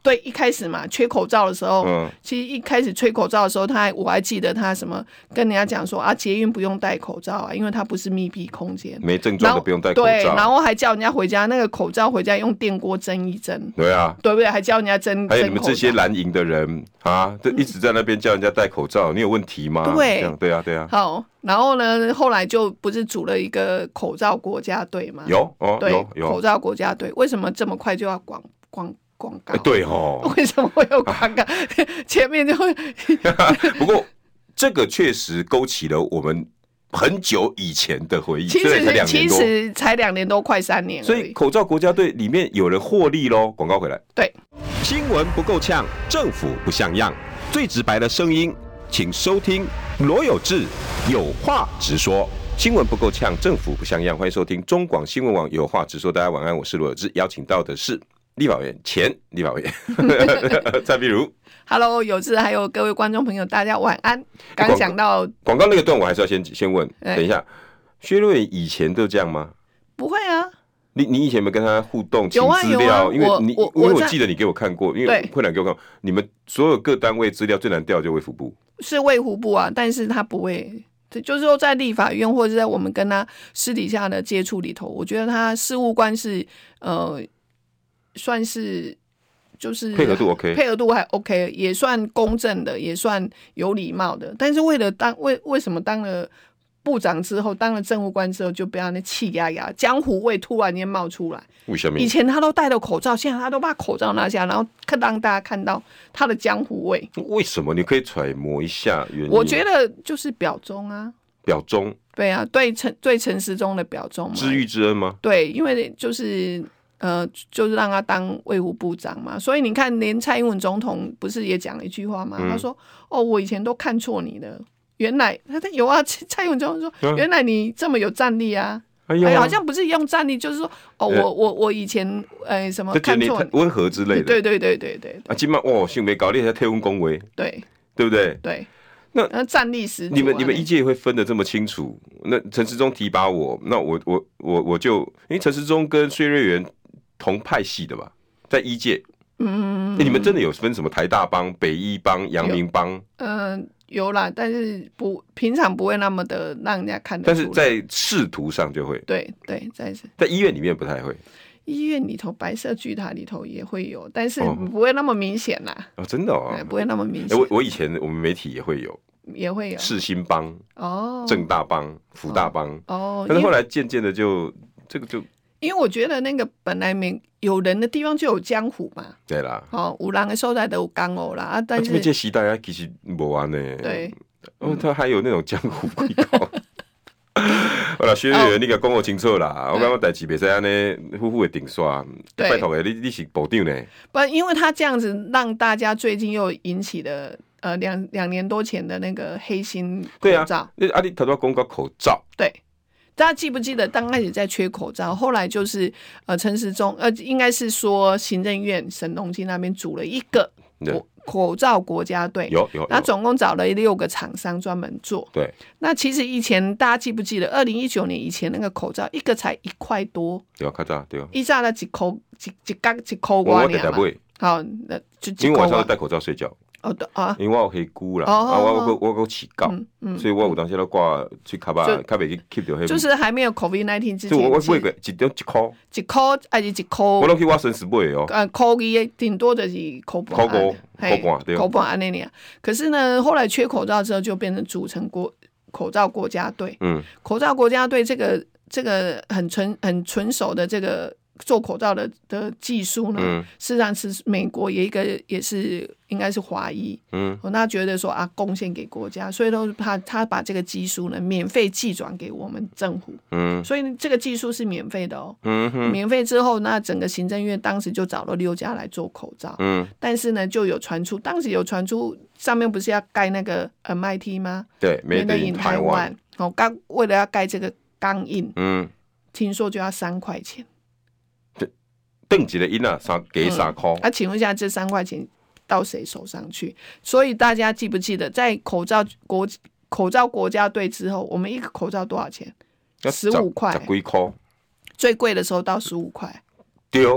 对，一开始嘛，缺口罩的时候，嗯，其实一开始吹口罩的时候，他还我还记得他什么跟人家讲说啊，捷运不用戴口罩啊，因为它不是密闭空间， 没症状的不用戴口罩。 对，然后还叫人家回家那个口罩回家用电锅蒸一蒸。 对啊， 对不对？还叫人家蒸。 还有你们这些蓝营的人啊，就一直在那边叫人家戴口罩，嗯、你有问题吗？ 对， 这样对啊，对啊。 好。然后呢，后来就不是组了一个口罩国家队吗？ 有哦， 对， 有有口罩国家队。为什么这么快就要广广广告？ 欸、对哦， 为什么会有广告？前面就会。 不过这个确实勾起了我们很久以前的回忆。 其实其实才两年多，快三年。 所以口罩国家队里面有人获利咯。广告回来。 对， 新闻不够呛，政府不像样，最直白的声音。请收听罗有志有话直说。新闻不够呛，政府不像样，欢迎收听中广新闻网有话直说。大家晚安，我是罗有志，邀请到的是立法院前立法院蔡壁如。 Hello， 有志还有各位观众朋友，大家晚安。刚讲到广告那个段，我还是要先先问，等一下，薛瑞元以前都这样吗？ 不会啊。 你你以前有没有跟他互动请资料？因为你因为我记得你给我看过，因为慧兰给我看过，你们所有各单位资料最难调就卫福部， 是卫福部啊，但是他不会，就是说在立法院或者在我们跟他私底下的接触里头，我觉得他事务官是呃算是就是配合度 OK， 配合度还 OK， 也算公正的，也算有礼貌的，但是为了当为为什么当了部长之后，当了政务官之后，就不要那气压压，江湖味突然间冒出来。 为什么？ 以前他都戴了口罩，现在他都把口罩拿下，然后让大家看到他的江湖味。 为什么？你可以揣摩一下原因。 我觉得就是表忠啊， 表忠。 对啊，对陈对陈时中的表忠嘛。 知遇之恩吗？ 对，因为就是呃，就是让他当卫福部长嘛，所以你看，连蔡英文总统不是也讲了一句话吗？嗯、他说：“哦，我以前都看错你了。”原来他有啊，蔡英文总统说、嗯：“原来你这么有战力啊！”哎呀，好像不是用战力，就是说，哦，我我我以前呃什么看错温和之类的， 对对对对对。 啊，今晚哇，新闻搞你还替阮恭维， 对对不对？ 对。 那那战力十足、啊， 你们你们一届会分得这么清楚？那陈时中提拔我，那我我我我就因为陈时中跟薛瑞元同派系的吧，在一届。嗯、欸，你们真的有分什么台大帮、北一帮、阳明帮？ 嗯、呃，有啦，但是不平常不会那么的让人家看得出来。 但是在仕途上就会。 对对，在在医院里面不太会。 医院里头，白色巨塔里头也会有，但是不会那么明显啦。 哦，真的哦， 不会那么明显。 欸、我我以前我们媒体也会有， 也会有世新帮、 哦， 政大帮、福大帮哦， 但是后来渐渐的就这个就。 因为我觉得那个本来没有人的地方就有江湖嘛， 对啦， 哦，有人的所在都有江湖啦，啊，但是这时代啊其实没完呢， 对， 哦，他还有那种江湖规矩。好啦，薛瑞元，你给讲我清楚啦，我感觉代志袂使安尼呼呼的顶刷，拜托的，你你是部长呢？ 不，因为他这样子让大家最近又引起了呃两两年多前的那个黑心口罩， 对啊，啊你头先讲到口罩， 对。大家记不记得刚开始在缺口罩，后来就是呃陈时中呃应该是说行政院沈荣津那边组了一个口口罩国家队， 有有， 那总共找了六个厂商专门做。 对， 那其实以前大家记不记得，二零一九年以前那个口罩一个才一块多， 对，较早对， 一扎了几口几几角几口瓜呢嘛。好，那就因为晚上都戴口罩睡觉。 哦啊， 因为我有黑菇啦，啊我我我有起膏，所以我有当时都挂去卡巴，卡袂去 keep 到黑。 就是还没有 COVID 十九 之前， 我我买过一张一块， 一块还是一块， 我拢去我绅士买哦。 呃，块二顶多就是块半， 块五，块半对， 块半安尼尔。可是呢，后来缺口罩之后，就变成组成国口罩国家队。嗯，口罩国家队这个这个很纯很纯熟的这个。做口罩的的技术呢，嗯、事实上是美国有一个也是应该是华裔，嗯，那觉得说啊贡献给国家，所以都他他把这个技术呢免费寄转给我们政府，嗯，所以这个技术是免费的哦，嗯哼，免费之后，那整个行政院当时就找了六家来做口罩，嗯，但是呢就有传出，当时有传出上面不是要盖那个 M I T 吗？ 对 ，Made in Taiwan， 哦，刚为了要盖这个钢印，嗯，听说就要三块钱。 邓一个印啊，三给三块。 那、嗯啊、请问一下，这三块钱到谁手上去？所以大家记不记得，在口罩国口罩国家队之后，我们一个口罩多少钱？十五块， 十几块。 最贵的时候到十五块。 对，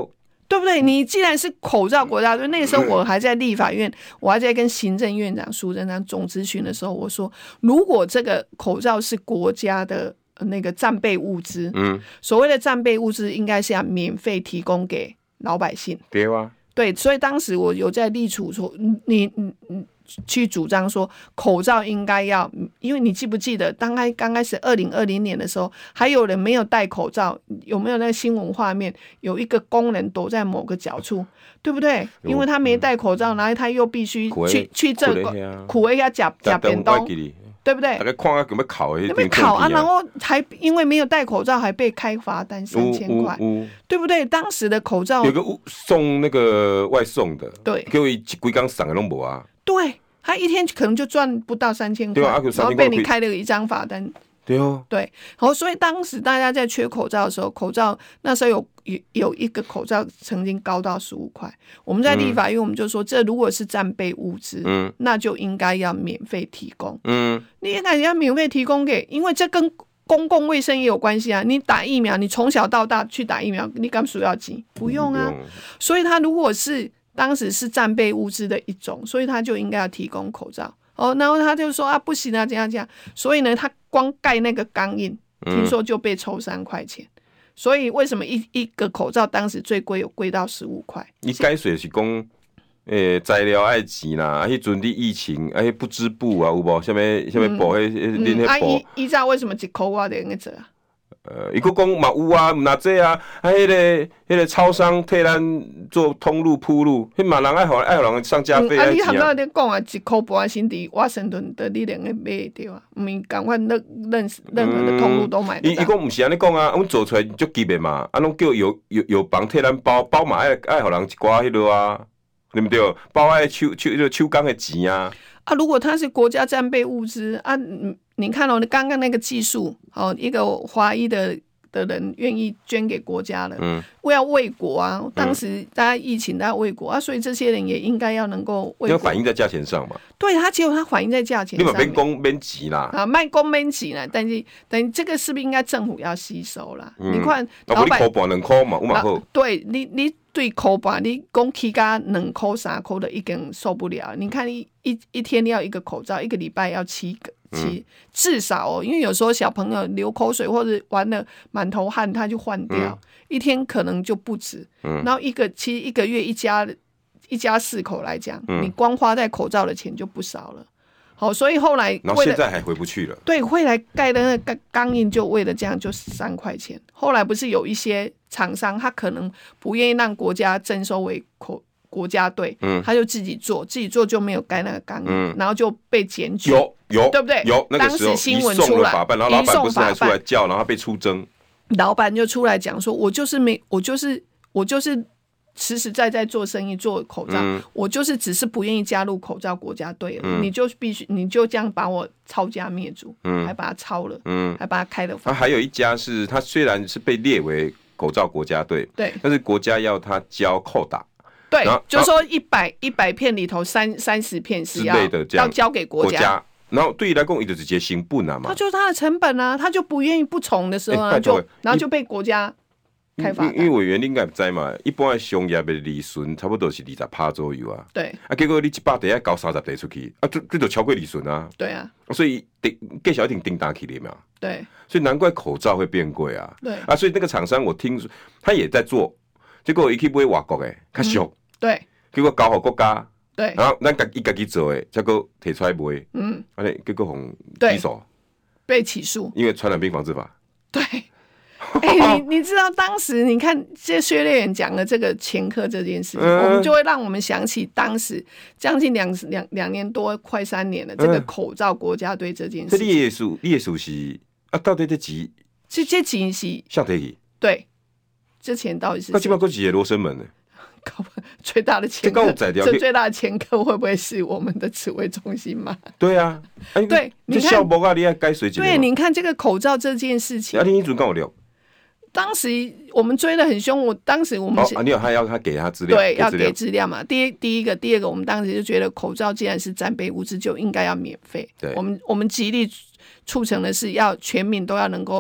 对不对？你既然是口罩国家队，那个时候我还在立法院，我还在跟行政院长苏贞昌总咨询的时候，我说，如果这个口罩是国家的那个战备物资，嗯，所谓的战备物资应该是要免费提供给老百姓。 对啊， 对，所以当时我有在立处说，你你你。去主张说口罩应该要，因为你记不记得刚开刚开始二零二零年的时候，还有人没有戴口罩，有没有那个新闻画面？有一个工人躲在某个角处，对不对？因为他没戴口罩，然后他又必须去去这个苦一下假假便当，对不对？ 大概看啊，怎么烤？ 那边烤啊，然后还因为没有戴口罩，还被开罚单三千块，对不对？当时的口罩有个送那个外送的， 对， 给我几缸送的都没啊。 对，他一天可能就赚不到三千块，然后被你开了一张罚单。 对哦， 对，然后所以当时大家在缺口罩的时候，口罩那时候有有有一个口罩曾经高到十五块，我们在立法院我们就说，这如果是战备物资，嗯，那就应该要免费提供，嗯，你应该要免费提供给，因为这跟公共卫生也有关系啊。你打疫苗，你从小到大去打疫苗，你干嘛需要急？不用啊。用所以他如果是当时是战备物资的一种，所以他就应该要提供口罩。哦，然后他就说啊，不行啊，怎样怎样。所以呢，他光盖那个钢印，听说就被抽三块钱。嗯、所以为什么一一个口罩当时最贵，有贵到十五块？ 你解说是讲，诶，材料爱钱啦，啊，迄阵的疫情，啊，迄不织布啊，有无？什么什么布？迄恁迄布？ 啊，依依照为什么一箍我就用做啊？ 呃，伊佫讲嘛有啊，毋那这啊，啊，迄、那个迄、那个超商替咱做通路铺路，迄嘛人爱互爱互人上架费啊。 啊，你含到你讲啊，一箍半先伫华盛顿的你两个买对啊，毋是赶快任任任何的通路都买得到。伊伊讲毋是安尼讲啊，阮做出来足急的嘛，啊，拢叫有有有帮替咱包包嘛，爱爱互人一寡迄落啊，对不对？包爱手手手工的钱啊。啊，如果它是国家战备物资啊，你看哦，刚刚那个技术，哦，一个华裔的的人愿意捐给国家了，嗯，为要为国啊，当时大家疫情，大家为国啊，所以这些人也应该要能够为国，要反映在价钱上嘛。对，他只有他反映在价钱上面，你免讲免钱啦，啊，卖讲免钱啦，但是但是这个是不是应该政府要吸收啦？嗯、你看，老板一块半两块嘛，有嘛好，对你你。对口吧，你讲起价两块三块的已经受不了。你看一一一天要一个口罩，一个礼拜要七个七，嗯、至少哦，因为有时候小朋友流口水或者玩了满头汗，他就换掉，嗯、一天可能就不止。嗯、然后一个其实一个月一家一家四口来讲，嗯、你光花在口罩的钱就不少了。好，所以后来，然后现在还回不去了。对，会来盖的那个钢印，就为了这样就三块钱。后来不是有一些厂商，他可能不愿意让国家征收为国国家队，嗯，他就自己做，自己做就没有盖那个钢印，嗯、然后就被检举，有有对不对？有那个时候当时新闻出来，法办，然后老板不是还出来叫，然后被出征，老板就出来讲说，我就是没，我就是我就是。实实在在做生意做口罩，嗯、我就是只是不愿意加入口罩国家队了，嗯、你就必须你就这样把我抄家灭族，嗯、还把它抄了，嗯、还把它开了。他还有一家是他虽然是被列为口罩国家队，对，但是国家要他交扣打，对，就说一百一百片里头三三十片是要要交给国家。国家然后对于来讲，他就直接成本啊嘛，他就是他的成本啊，他就不愿意不从的时候呢，欸、就然后就被国家。因, 因为委员你应该不知嘛，一般的商业的利润差不多是二十趴左右啊。对。啊，结果你一百地要交三十地出去，啊，这这就超过利润啊。对啊。所以计小一定叮当起来嘛。对。所以难怪口罩会变贵啊。对。啊，所以那个厂商我听说他也在做，结果一去买外国的，较俗、嗯。对。结果交给国家。对。然后咱家己家己做的，结果提出来卖。嗯。啊，结果红起诉。被起诉。因为传染病防治法。对。哎、欸，你你知道当时你看这薛烈元讲的这个前科这件事情，嗯、我们就会让我们想起当时将近两两两年多快三年了，这个口罩国家队这件事情。这你也属你也属是啊？到底这钱？这这钱是向提起？对，这钱到底是？那基本上都是罗生门呢。最大的前科，这最大的前科会不会是我们的指挥中心嘛？对啊，欸、对，你看，啊、你该水对，你看这个口罩这件事情，啊，你一直跟我聊。当时我们追得很凶，我当时我们是、哦啊、你有他要他给他资料，对，要给资料嘛。第一第一个，第二个，我们当时就觉得口罩既然是战备物资，就应该要免费。对，我们我们极力促成的是要全民都要能够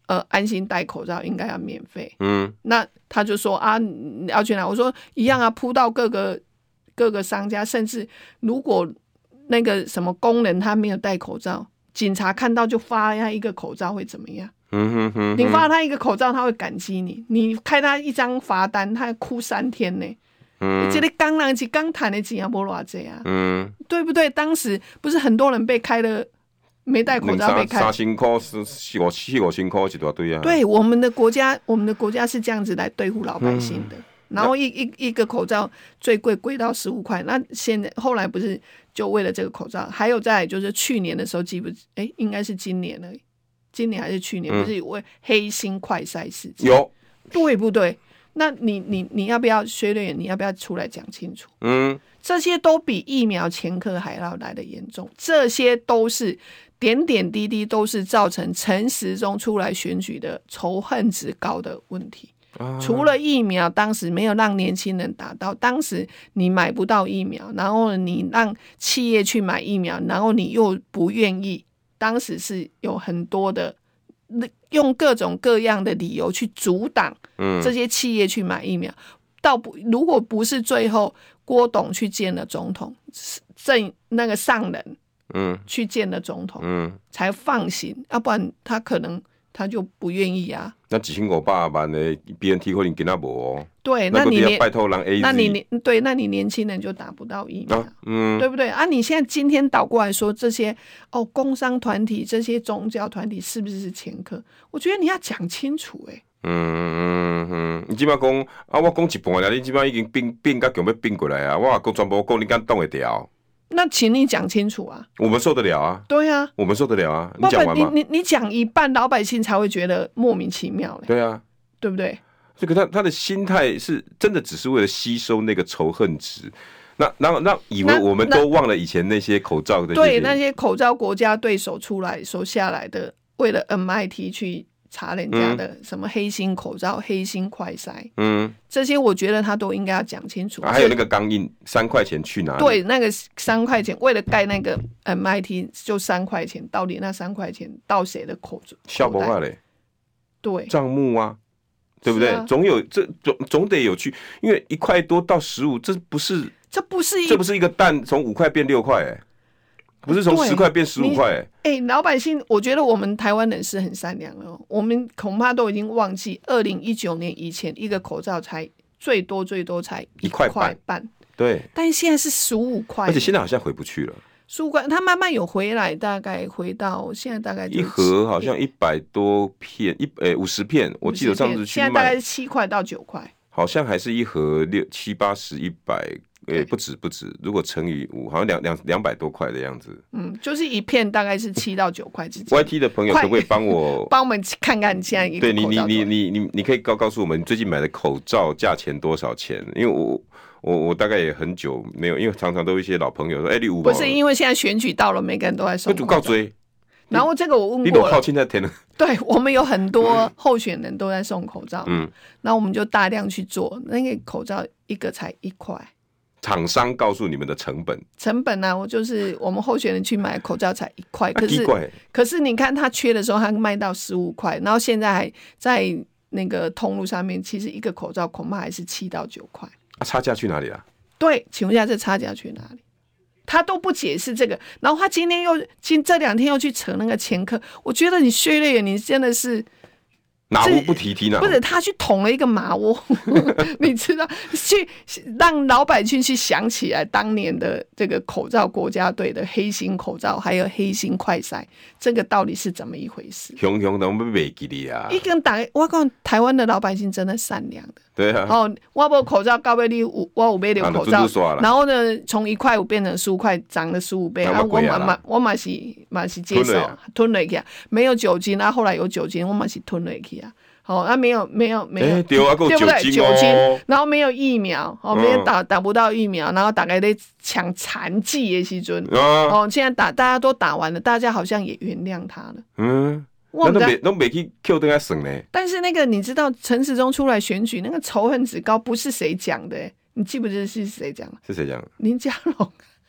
呃安心戴口罩应该要免费。嗯，那他就说啊，你要去哪？我说一样啊，铺到各个各个商家，甚至如果那个什么工人他没有戴口罩，警察看到就发他一个口罩会怎么样？嗯哼哼，你发他一个口罩，他会感激你。你开他一张罚单，他哭三天呢。嗯，这个刚人是刚谈的钱啊，没偌济啊。嗯，对不对？当时不是很多人被开了，没戴口罩被开， 三千块、四四五四五千块一大堆啊。 对，我们的国家，我们的国家是这样子来对付老百姓的。嗯、然后一一一个口罩最贵贵到十五块，那现在后来不是就为了这个口罩，还有再来就是去年的时候，记不？哎，应该是今年而已。今年还是去年，不是为黑心快筛事件、嗯、有对不对？那你你你要不要薛瑞元？你要不要出来讲清楚？嗯，这些都比疫苗前科还要来得严重，这些都是点点滴滴，都是造成陈时中出来选举的仇恨值高的问题。啊、除了疫苗当时没有让年轻人打到，当时你买不到疫苗，然后你让企业去买疫苗，然后你又不愿意。当时是有很多的用各种各样的理由去阻挡这些企业去买疫苗，到不如果不是最后郭董去见了总统，正那个上人嗯去见了总统嗯才放行，要不然他可能他就不愿意啊。 那一千五百万的 B N T 可能跟他没哦。 对，那你拜托人 A Z， 那你对，那你年轻人就打不到疫苗，啊、嗯，对不对啊？你现在今天倒过来说这些哦，工商团体、这些宗教团体是不是是前科？我觉得你要讲清楚哎、欸。嗯嗯嗯，你即摆讲啊，我讲一半啦，你即摆已经变变甲强要变过来啊！我讲全部讲，你敢挡得掉？ 那请你讲清楚啊！ 我们受得了啊！ 对啊， 我们受得了啊！你讲完吗？ 你你你讲一半，老百姓才会觉得莫名其妙嘞。 对啊， 对不对？ 这个他他的心态是真的只是为了吸收那个仇恨值，那那那以为我们都忘了以前那些口罩的对那些口罩国家对手出来手下来的，为了 M I T 去查人家的什么黑心口罩、嗯、黑心快筛，嗯，这些我觉得他都应该要讲清楚。 啊、还有那个钢印三块钱去哪里？ 对，那个三块钱为了盖那个 M I T 就三块钱，到底那三块钱到谁的口口袋？ 笑不话嘞， 对， 账目啊。对不对？啊、总有这总总得有去，因为一块多到十五，这不是这不是一这不是一个蛋从五块变六块哎，不是从十块变十五块哎。 哎、欸，老百姓，我觉得我们台湾人是很善良的、哦，我们恐怕都已经忘记，二零一九年以前一个口罩才最多最多才一块半， 对， 但是现在是十五块， 而且现在好像回不去了。 十五块，它慢慢有回来，大概回到现在大概、就是、 一盒好像一百多片，一诶五十片，我记得上次去卖， 现在大概是七块到九块， 好像还是一盒六七八十一百，诶不止不止，如果乘以五，好像两两两百多块的样子。嗯， 就是一片大概是七到九块之间。 Y T 的朋友可不可以帮我帮我们看看现在一个口罩？ 对你你你你你你可以告告诉我们你最近买的口罩价钱多少钱？因为我。我我大概也很久没有，因为常常都有一些老朋友说，哎、欸，你五不是因为现在选举到了，每个人都在送口罩。 追， 然后这个我问过了， 你都靠现在填了。 对，我们有很多候选人都在送口罩，嗯，然后我们就大量去做，那个口罩一个才一块。 厂商告诉你们的成本， 成本呢、啊，我就是我们候选人去买口罩才一块，可是、啊、可是你看他缺的时候，他卖到十五块，然后现在还在那个通路上面，其实一个口罩恐怕还是七到九块。 啊、差价去哪里了？ 对，请问一下，这差价去哪里？他都不解释这个，然后他今天又今这两天又去扯那个前科，我觉得你薛瑞元，你真的是哪壶不提提哪壶， 不是他去捅了一个马窝，你知道，去让老百姓去想起来当年的这个口罩国家队的黑心口罩，还有黑心快筛，这个到底是怎么一回事？ 熊熊的我们袂记得啊！ 一根打，我讲台湾的老百姓真的善良的。 对啊， 哦，我没口罩到尾你有，我有买到口罩，啊、然后呢，从一块五变成十五块，涨了十五倍，啊，我嘛嘛我嘛是嘛是接受，吞了去啊，没有酒精啊，后来有酒精，我嘛是吞了去啊。好、哦，那、啊、没有没有没有， 欸、对, 啊对不对？ 酒精，然后没有疫苗，哦，没有打打不到疫苗，然后大概在抢残剂的时阵，哦，现在打大家都打完了，大家好像也原谅他了，嗯。 那都没都没去 Q 等下省呢。 但是那个你知道陈时中出来选举，那个仇恨值高不是谁讲的、欸，你记不记得是谁讲？ 是谁讲？ 林佳龙。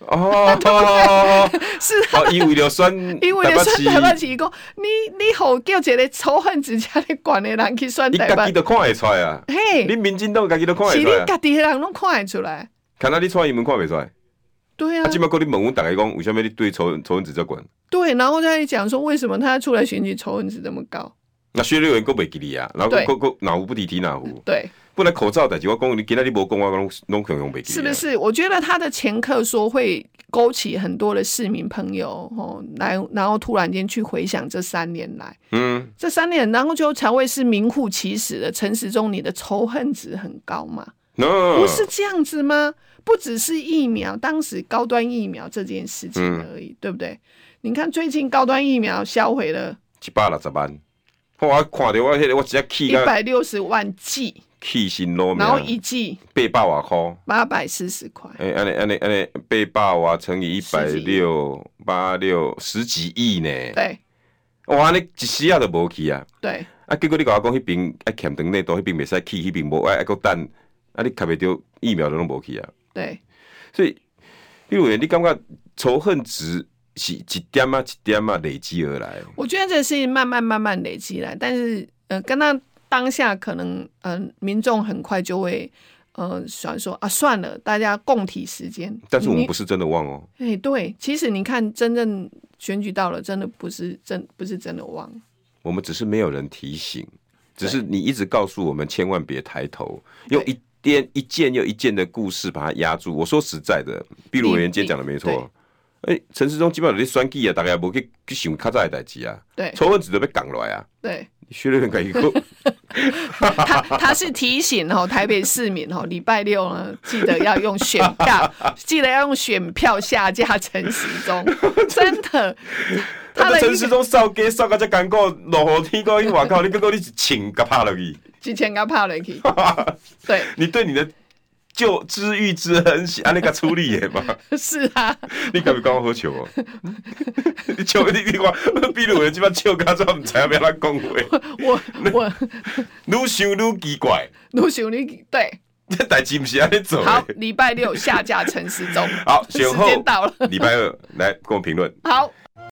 哦， 是啊， 伊为了选因为了选台北市，讲你你好叫一个仇恨值加咧悬的人去选台北， 你家己都看会出来啊！ 嘿， 你民进党家己都看会是出来， 你家己的人拢看会出来。 看到你蔡英文看袂出来？ 对啊， 啊，今麦讲你问阮大家讲，为什么你对仇仇恨值这管？ 对，然后再讲说为什么他出来选举仇恨值这么高？ 那薛瑞元够袂记你啊，然后够够哪壶不提提哪壶。 对。 不然口罩代志，我讲你今仔你无讲，我拢拢可能袂记。 是不是？我觉得他的前客说会勾起很多的市民朋友哦，来，然后突然间去回想这三年来，嗯，这三年，然后就才会是名副其实的陈时中，你的仇恨值很高嘛？ No. 不是这样子吗？不只是疫苗，当时高端疫苗这件事情而已，嗯、对不对？你看最近高端疫苗销毁了一百六十万，我看到我迄个我直接气一百六十万剂。 气心落然后一剂八百外块， 八百四十块。 哎，安尼安尼安尼，八百瓦乘以一百六，八六十几亿呢。 对， 哇，安尼一时啊都无去啊。 对。 啊，结果你甲我讲，迄边爱欠长内度，迄边袂使去，迄边无爱爱搁等，啊，你吸袂到疫苗都拢无去啊。 对。所以，李委员，你感觉仇恨值是一点啊一点啊累积而来？ 我觉得这是慢慢慢慢累积来，但是呃，跟他。当下可能，嗯、呃，民众很快就会，呃，想说啊，算了，大家共体时间。 但是我们不是真的忘哦。 哎、欸，对，其实你看，真正选举到了，真的不是真不是真的忘。 我们只是没有人提醒，只是你一直告诉我们千万别抬头，用一件一件又一件的故事把它压住。我说实在的，毕鲁委员今天讲的没错。哎，陈时中基本上你选举啊，大家无去去想较早的代志啊。 对， 仇恨值都被讲落来啊。 对。 薛瑞元改一个， 他他是提醒哦，台北市民哦，礼拜六呢记得要用选票，记得要用选票下架陈时中，真的。 他的陈时中扫街扫到这艰苦，落雨天过去，我靠！你结果你是请甲拍落去， 一千甲拍落去，对， 你对你的。就知遇之恩是安尼个处理的嘛？ 是啊， 你敢不敢我好笑哦？你笑你你看，比如我即摆笑到怎唔知要要咱讲话？ 我我愈想愈奇怪， 愈想愈对。 这代志不是安尼做的。 好，礼拜六下架陈时中。 好，时间到了， 礼拜二来跟我评论。 好。